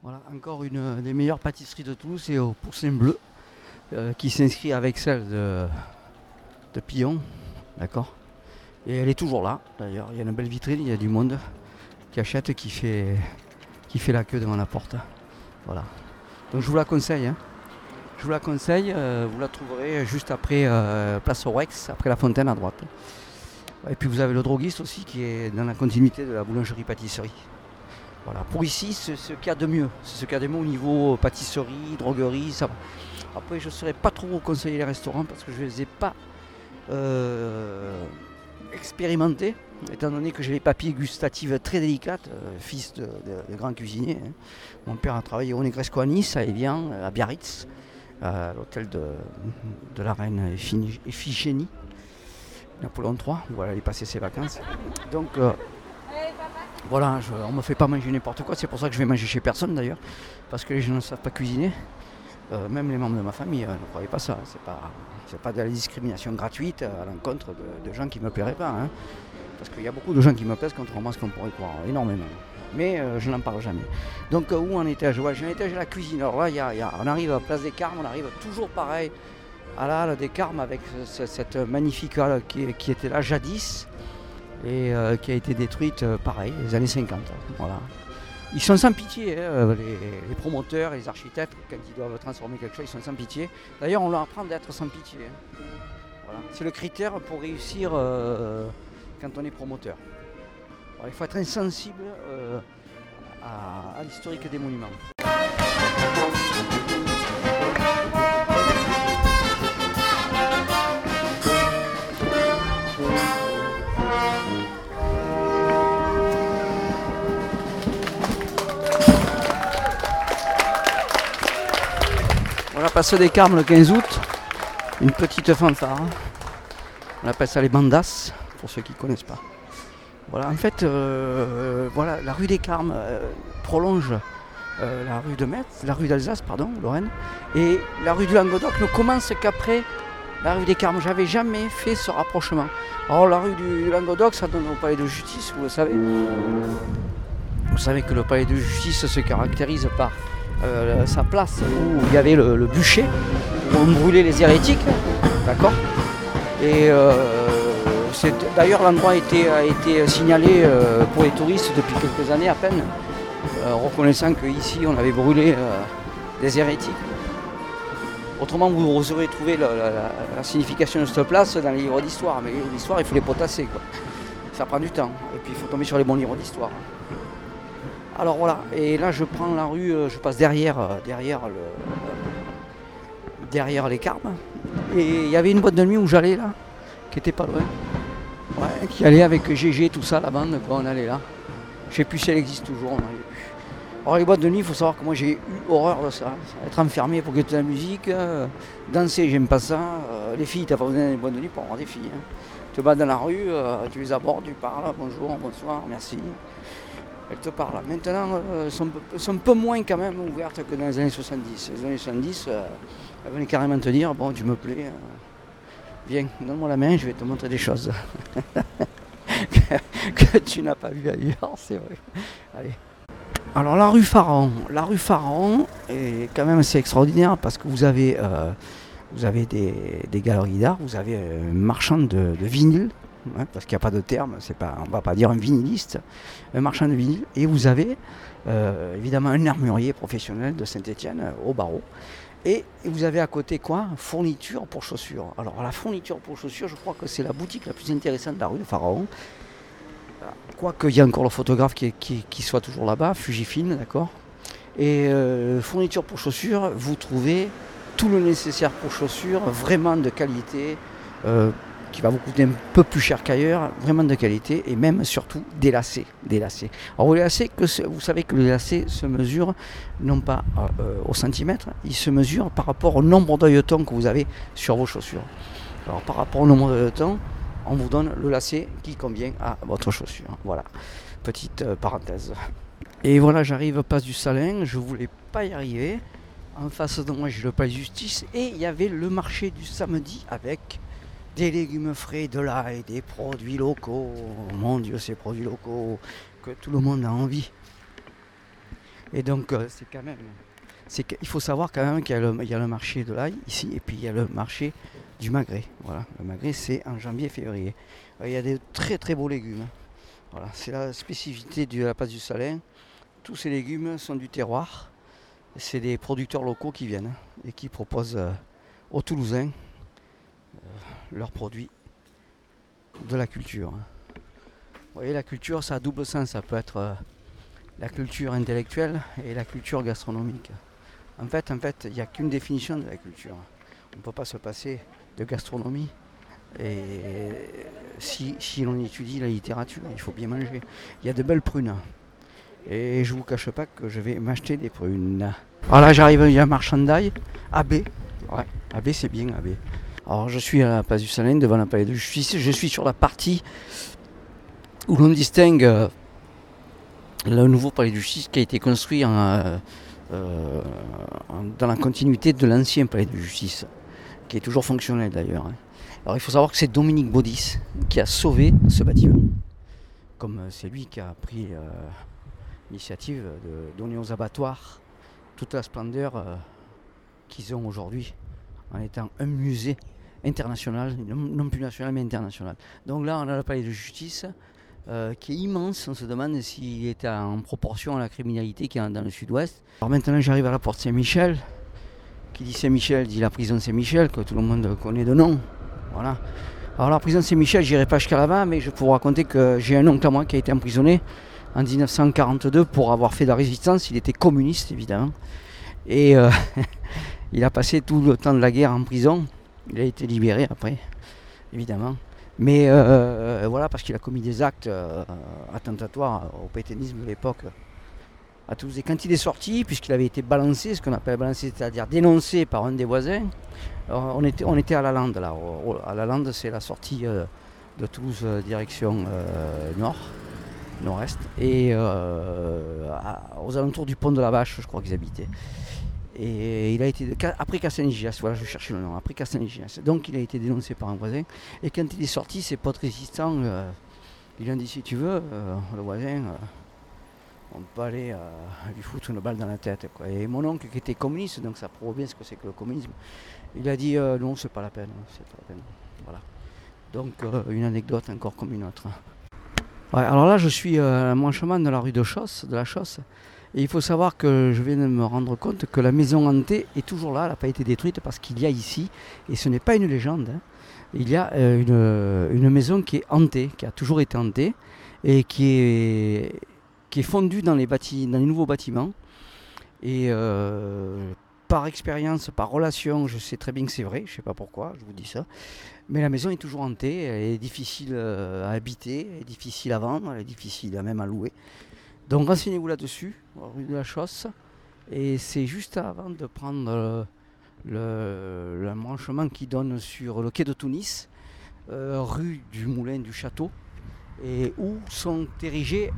Voilà, encore une des meilleures pâtisseries de Toulouse, c'est au Poussin Bleu, qui s'inscrit avec celle de Pillon, d'accord. Et elle est toujours là, d'ailleurs. Il y a une belle vitrine, il y a du monde qui achète, qui fait la queue devant la porte. Voilà. Donc je vous la conseille. Je vous la conseille, vous la trouverez juste après Place Aurex, après la fontaine à droite. Et puis vous avez le droguiste aussi qui est dans la continuité de la boulangerie-pâtisserie. Voilà. Pour ici, c'est ce qu'il y a de mieux. C'est ce qu'il y a de mieux au niveau pâtisserie, droguerie. Ça. Après, je ne saurais pas trop vous conseiller les restaurants parce que je ne les ai pas expérimentés, étant donné que j'ai les papilles gustatives très délicates, fils de grands cuisiniers. Mon père a travaillé au Negresco à Nice, à Evian, à Biarritz, à l'hôtel de la reine Iphigénie, Napoléon III, où elle allait passer ses vacances. Donc, voilà, on ne me fait pas manger n'importe quoi, c'est pour ça que je vais manger chez personne d'ailleurs, parce que les gens ne savent pas cuisiner. Même les membres de ma famille ne croyaient pas ça. C'est pas de la discrimination gratuite à l'encontre de gens qui ne me plairaient pas. Parce qu'il y a beaucoup de gens qui me plaisent, contrairement à ce qu'on pourrait croire, énormément. Mais je n'en parle jamais. Donc où en étais-je? J'ai un étage à la cuisine. Alors là, on arrive à Place des Carmes, on arrive toujours pareil à la halle des Carmes avec cette magnifique halle qui était là jadis et qui a été détruite pareil, les années 50. Voilà. Ils sont sans pitié, les promoteurs, les architectes, quand ils doivent transformer quelque chose, ils sont sans pitié. D'ailleurs, on leur apprend d'être sans pitié. Voilà. C'est le critère pour réussir quand on est promoteur. Alors, il faut être insensible à l'historique des monuments. On a passé des Carmes le 15 août, une petite fanfare. On appelle ça les bandas, pour ceux qui ne connaissent pas. Voilà, en fait, voilà, la rue des Carmes prolonge la rue de Metz, la rue d'Alsace, pardon, Lorraine, et la rue du Languedoc ne commence qu'après la rue des Carmes. J'avais jamais fait ce rapprochement. Alors la rue du Languedoc, ça donne au palais de justice, vous le savez. Vous savez que le palais de justice se caractérise par sa place où il y avait le bûcher, où on brûlait les hérétiques, d'accord. Et d'ailleurs l'endroit a été signalé pour les touristes depuis quelques années à peine, reconnaissant qu'ici on avait brûlé des hérétiques. Autrement vous aurez trouvé la signification de cette place dans les livres d'histoire, mais les livres d'histoire il faut les potasser, quoi. Ça prend du temps, et puis il faut tomber sur les bons livres d'histoire. Alors voilà, et là je prends la rue, je passe derrière les Carmes, et il y avait une boîte de nuit où j'allais là, qui était pas loin, ouais, qui allait avec GG, tout ça, la bande, quoi, on allait là. Je sais plus si elle existe toujours, on n'allait plus. Alors les boîtes de nuit, il faut savoir que moi j'ai eu horreur de ça, être enfermé pour écouter la musique, danser, j'aime pas ça, les filles, t'as pas besoin des boîtes de nuit pour avoir des filles. Tu te bats dans la rue, tu les abordes, tu parles, bonjour, bonsoir, merci. Elle te parle. Maintenant, elles sont un peu moins quand même ouvertes que dans les années 70. Les années 70, elles venaient carrément te dire, bon, tu me plais, viens, donne-moi la main, je vais te montrer des choses que tu n'as pas vu ailleurs, c'est vrai. Allez. Alors la rue Pharaon est quand même assez extraordinaire parce que vous avez des galeries d'art, vous avez un marchand de vinyle. Ouais, parce qu'il n'y a pas de terme, on ne va pas dire un vinyliste, un marchand de vinyle, et vous avez évidemment un armurier professionnel de Saint-Étienne au barreau, et vous avez à côté quoi? Fourniture pour chaussures. Alors la fourniture pour chaussures, je crois que c'est la boutique la plus intéressante de la rue de Pharaon, quoique il y a encore le photographe qui soit toujours là-bas, Fujifilm, d'accord. Et fourniture pour chaussures, vous trouvez tout le nécessaire pour chaussures, vraiment de qualité, qui va vous coûter un peu plus cher qu'ailleurs, vraiment de qualité, et même surtout des lacets. Alors les lacets, vous savez que les lacets se mesurent non pas au centimètre, ils se mesurent par rapport au nombre d'œilletons que vous avez sur vos chaussures. Alors par rapport au nombre d'œilletons, on vous donne le lacet qui convient à votre chaussure. Voilà, petite parenthèse. Et voilà, j'arrive place du Salin, je voulais pas y arriver. En face de moi, j'ai le palais de justice, et il y avait le marché du samedi avec des légumes frais, de l'ail, des produits locaux. Mon Dieu, ces produits locaux que tout le monde a envie. Et donc c'est quand même, il faut savoir quand même qu'il y a le marché de l'ail ici, et puis il y a le marché du magret. Voilà, le magret c'est en janvier-février. Il y a des très très beaux légumes. Voilà, c'est la spécificité de la place du Salin. Tous ces légumes sont du terroir. C'est des producteurs locaux qui viennent et qui proposent aux Toulousains leurs produits de la culture. Vous voyez, la culture, ça a double sens. Ça peut être la culture intellectuelle et la culture gastronomique. En fait, il n'y a qu'une définition de la culture. On ne peut pas se passer de gastronomie. Et si l'on étudie la littérature, il faut bien manger. Il y a de belles prunes. Et je ne vous cache pas que je vais m'acheter des prunes. Alors là, j'arrive, il y a un marchand d'ail, AB. Ouais, AB, c'est bien AB. Alors je suis à la place du Salin, devant la palais de justice. Je suis sur la partie où l'on distingue le nouveau palais de justice qui a été construit dans la continuité de l'ancien palais de justice, qui est toujours fonctionnel d'ailleurs. Alors il faut savoir que c'est Dominique Baudis qui a sauvé ce bâtiment. Comme c'est lui qui a pris l'initiative de donner aux abattoirs toute la splendeur qu'ils ont aujourd'hui, en étant un musée international, non plus national mais international. Donc là on a le palais de justice qui est immense, on se demande s'il est en proportion à la criminalité qui est dans le sud-ouest. Alors maintenant j'arrive à la porte Saint-Michel. Qui dit Saint-Michel dit la prison Saint-Michel, que tout le monde connaît de nom. Voilà. Alors la prison Saint-Michel, j'irai pas jusqu'à là-bas, mais je peux vous raconter que j'ai un oncle à moi qui a été emprisonné en 1942 pour avoir fait de la résistance. Il était communiste évidemment. Et il a passé tout le temps de la guerre en prison. Il a été libéré après, évidemment. Mais voilà, parce qu'il a commis des actes attentatoires au pétainisme de l'époque à Toulouse. Et quand il est sorti, puisqu'il avait été balancé, ce qu'on appelle balancé, c'est-à-dire dénoncé par un des voisins, on était à la Lande là. À la Lande, c'est la sortie de Toulouse direction nord-est, et aux alentours du pont de la Vache, je crois qu'ils habitaient. Et il a été après Castelnigias, voilà, je cherchais le nom, après Castelnigias. Donc il a été dénoncé par un voisin. Et quand il est sorti, ses potes résistants, ils lui ont dit si tu veux, le voisin, on peut aller lui foutre une balle dans la tête, quoi. Et mon oncle qui était communiste, donc ça prouve bien ce que c'est que le communisme, il a dit non, c'est pas la peine, c'est pas la peine. Voilà. Donc une anecdote encore comme une autre. Ouais, alors là je suis à mon chemin de la rue de la Chausse. Et il faut savoir que je viens de me rendre compte que la maison hantée est toujours là, elle n'a pas été détruite parce qu'il y a ici, et ce n'est pas une légende, il y a une maison qui est hantée, qui a toujours été hantée, et qui est fondue dans les nouveaux bâtiments. Et par expérience, par relation, je sais très bien que c'est vrai, je ne sais pas pourquoi, je vous dis ça, mais la maison est toujours hantée, elle est difficile à habiter, elle est difficile à vendre, elle est difficile même à louer. Donc renseignez-vous là-dessus, rue de la Chausse, et c'est juste avant de prendre l'embranchement qui donne sur le quai de Tunis, rue du Moulin du Château, et où sont érigés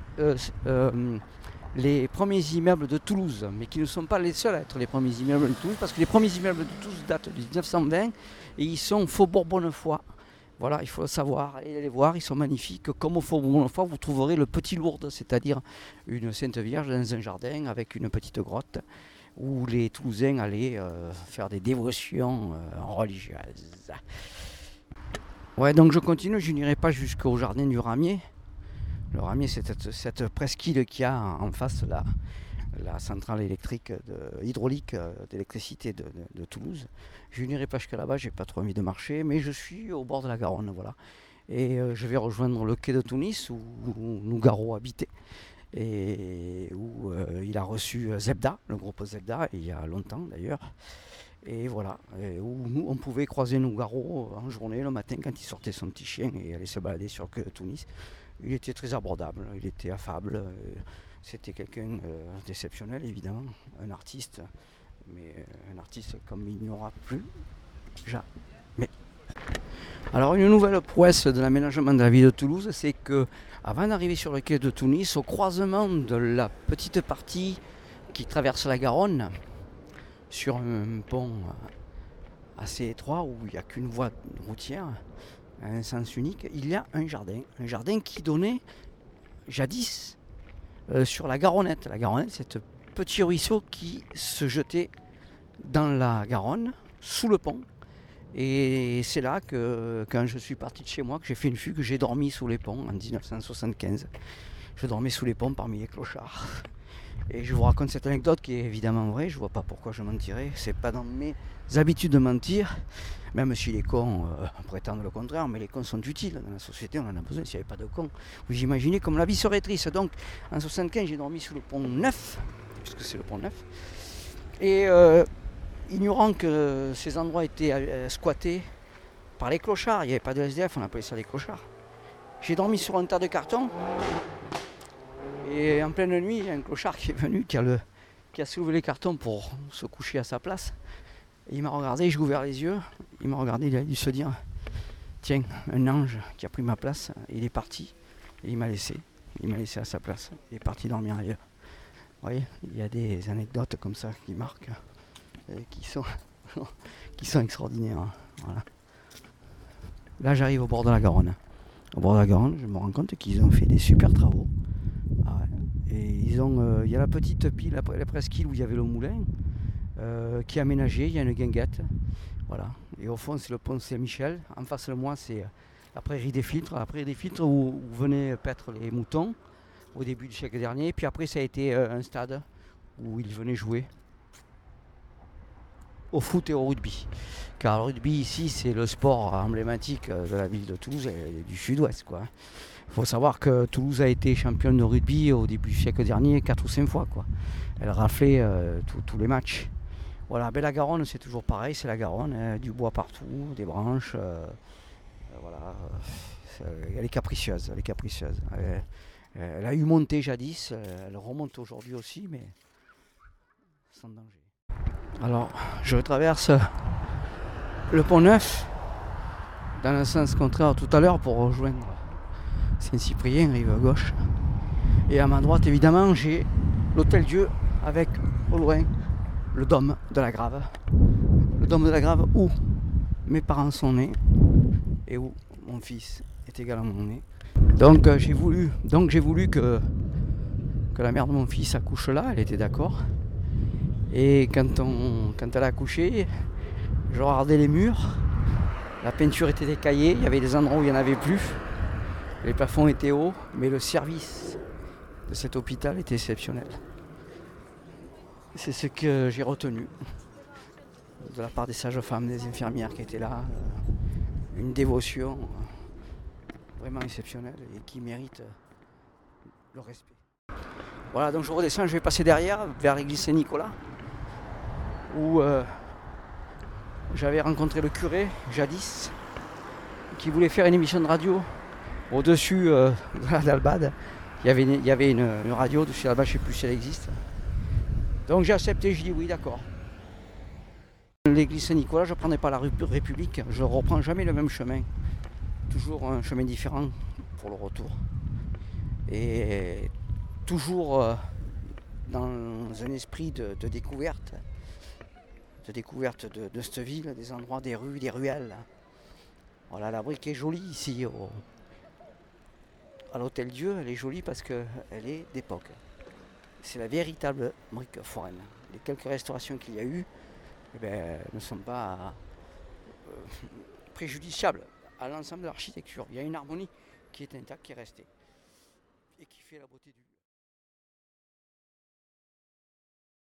les premiers immeubles de Toulouse, mais qui ne sont pas les seuls à être les premiers immeubles de Toulouse, parce que les premiers immeubles de Toulouse datent de 1920, et ils sont Faubourg Bonnefoy. Voilà, il faut le savoir et les voir, ils sont magnifiques. Comme au Faubourg Bonnefoy, vous trouverez le Petit Lourdes, c'est-à-dire une Sainte Vierge dans un jardin avec une petite grotte où les Toulousains allaient faire des dévotions religieuses. Ouais, donc je continue, je n'irai pas jusqu'au jardin du Ramier. Le Ramier, c'est cette presqu'île qu'il y a en face de la centrale électrique hydraulique d'électricité de Toulouse. Je n'irai pas jusqu'à là-bas, j'ai pas trop envie de marcher, mais je suis au bord de la Garonne, voilà. Et je vais rejoindre le quai de Tunis où Nougaro habitait et où il a reçu Zebda, le groupe Zebda, il y a longtemps d'ailleurs. Et voilà, et où nous on pouvait croiser Nougaro en journée le matin quand il sortait son petit chien et allait se balader sur le quai de Tunis. Il était très abordable, il était affable. C'était quelqu'un d'exceptionnel évidemment, un artiste, mais un artiste comme il n'y aura plus jamais. Alors une nouvelle prouesse de l'aménagement de la ville de Toulouse, c'est que avant d'arriver sur le quai de Tunis, au croisement de la petite partie qui traverse la Garonne, sur un pont assez étroit où il n'y a qu'une voie routière, à un sens unique, il y a un jardin qui donnait jadis sur la Garonnette. La Garonnette, c'est un petit ruisseau qui se jetait dans la Garonne, sous le pont. Et c'est là que, quand je suis parti de chez moi, que j'ai fait une fugue, que j'ai dormi sous les ponts en 1975. Je dormais sous les ponts parmi les clochards. Et je vous raconte cette anecdote qui est évidemment vraie, je vois pas pourquoi je mentirais, c'est pas dans mes habitudes de mentir, même si les cons prétendent le contraire, mais les cons sont utiles dans la société, on en a besoin, s'il n'y avait pas de cons. Vous imaginez comme la vie serait triste. Donc en 75 j'ai dormi sous le pont 9, puisque c'est le pont 9, et ignorant que ces endroits étaient squattés par les clochards, il n'y avait pas de SDF, on appelait ça les clochards. J'ai dormi sur un tas de cartons. Et en pleine nuit, il y a un clochard qui est venu, qui a soulevé les cartons pour se coucher à sa place. Et il m'a regardé, j'ai ouvert les yeux, il m'a regardé, il a dû se dire, tiens, un ange qui a pris ma place, et il est parti. Et il m'a laissé à sa place, il est parti dormir ailleurs. Vous voyez, il y a des anecdotes comme ça qui marquent, et qui sont extraordinaires. Voilà. Là j'arrive au bord de la Garonne. Au bord de la Garonne, je me rends compte qu'ils ont fait des super travaux. Ah ouais. Et il y a la petite pile, la presqu'île où il y avait le moulin, qui est aménagée, il y a une guinguette. Voilà. Et au fond, c'est le pont Saint-Michel. En face de moi, c'est la prairie des filtres. La prairie des filtres où venaient paître les moutons au début du siècle dernier. Puis après, ça a été un stade où ils venaient jouer au foot et au rugby. Car le rugby ici, c'est le sport emblématique de la ville de Toulouse et du sud-ouest, quoi. Il faut savoir que Toulouse a été championne de rugby au début du siècle dernier 4 ou 5 fois, quoi. Elle raflait tous les matchs. Voilà, ben la Garonne c'est toujours pareil, c'est la Garonne, du bois partout, des branches, voilà. Elle est capricieuse, elle a eu monté jadis, elle remonte aujourd'hui aussi, mais sans danger. Alors, je traverse le pont Neuf dans le sens contraire tout à l'heure pour rejoindre Saint-Cyprien, rive gauche. Et à ma droite, évidemment, j'ai l'Hôtel-Dieu avec, au loin, le dôme de la Grave. Le dôme de la Grave où mes parents sont nés et où mon fils est également né. Donc j'ai voulu que la mère de mon fils accouche là, elle était d'accord. Et quand elle a accouché, je regardais les murs, la peinture était décaillée, il y avait des endroits où il n'y en avait plus. Les plafonds étaient hauts, mais le service de cet hôpital était exceptionnel. C'est ce que j'ai retenu de la part des sages-femmes, des infirmières qui étaient là. Une dévotion vraiment exceptionnelle et qui mérite le respect. Voilà, donc je redescends, je vais passer derrière, vers l'église Saint-Nicolas, où j'avais rencontré le curé, jadis, qui voulait faire une émission de radio au-dessus de la Dalbade. Il y avait une radio dessus là-bas, je ne sais plus si elle existe. Donc j'ai accepté, je dis oui, d'accord. L'église Saint-Nicolas, je ne prendrai pas la rue République, je ne reprends jamais le même chemin. Toujours un chemin différent pour le retour. Et toujours dans un esprit de découverte. De découverte de cette ville, des endroits, des rues, des ruelles. Voilà, la brique est jolie ici à l'Hôtel-Dieu, elle est jolie parce qu'elle est d'époque. C'est la véritable brique foraine. Les quelques restaurations qu'il y a eu ne sont pas préjudiciables à l'ensemble de l'architecture. Il y a une harmonie qui est intacte, qui est restée et qui fait la beauté du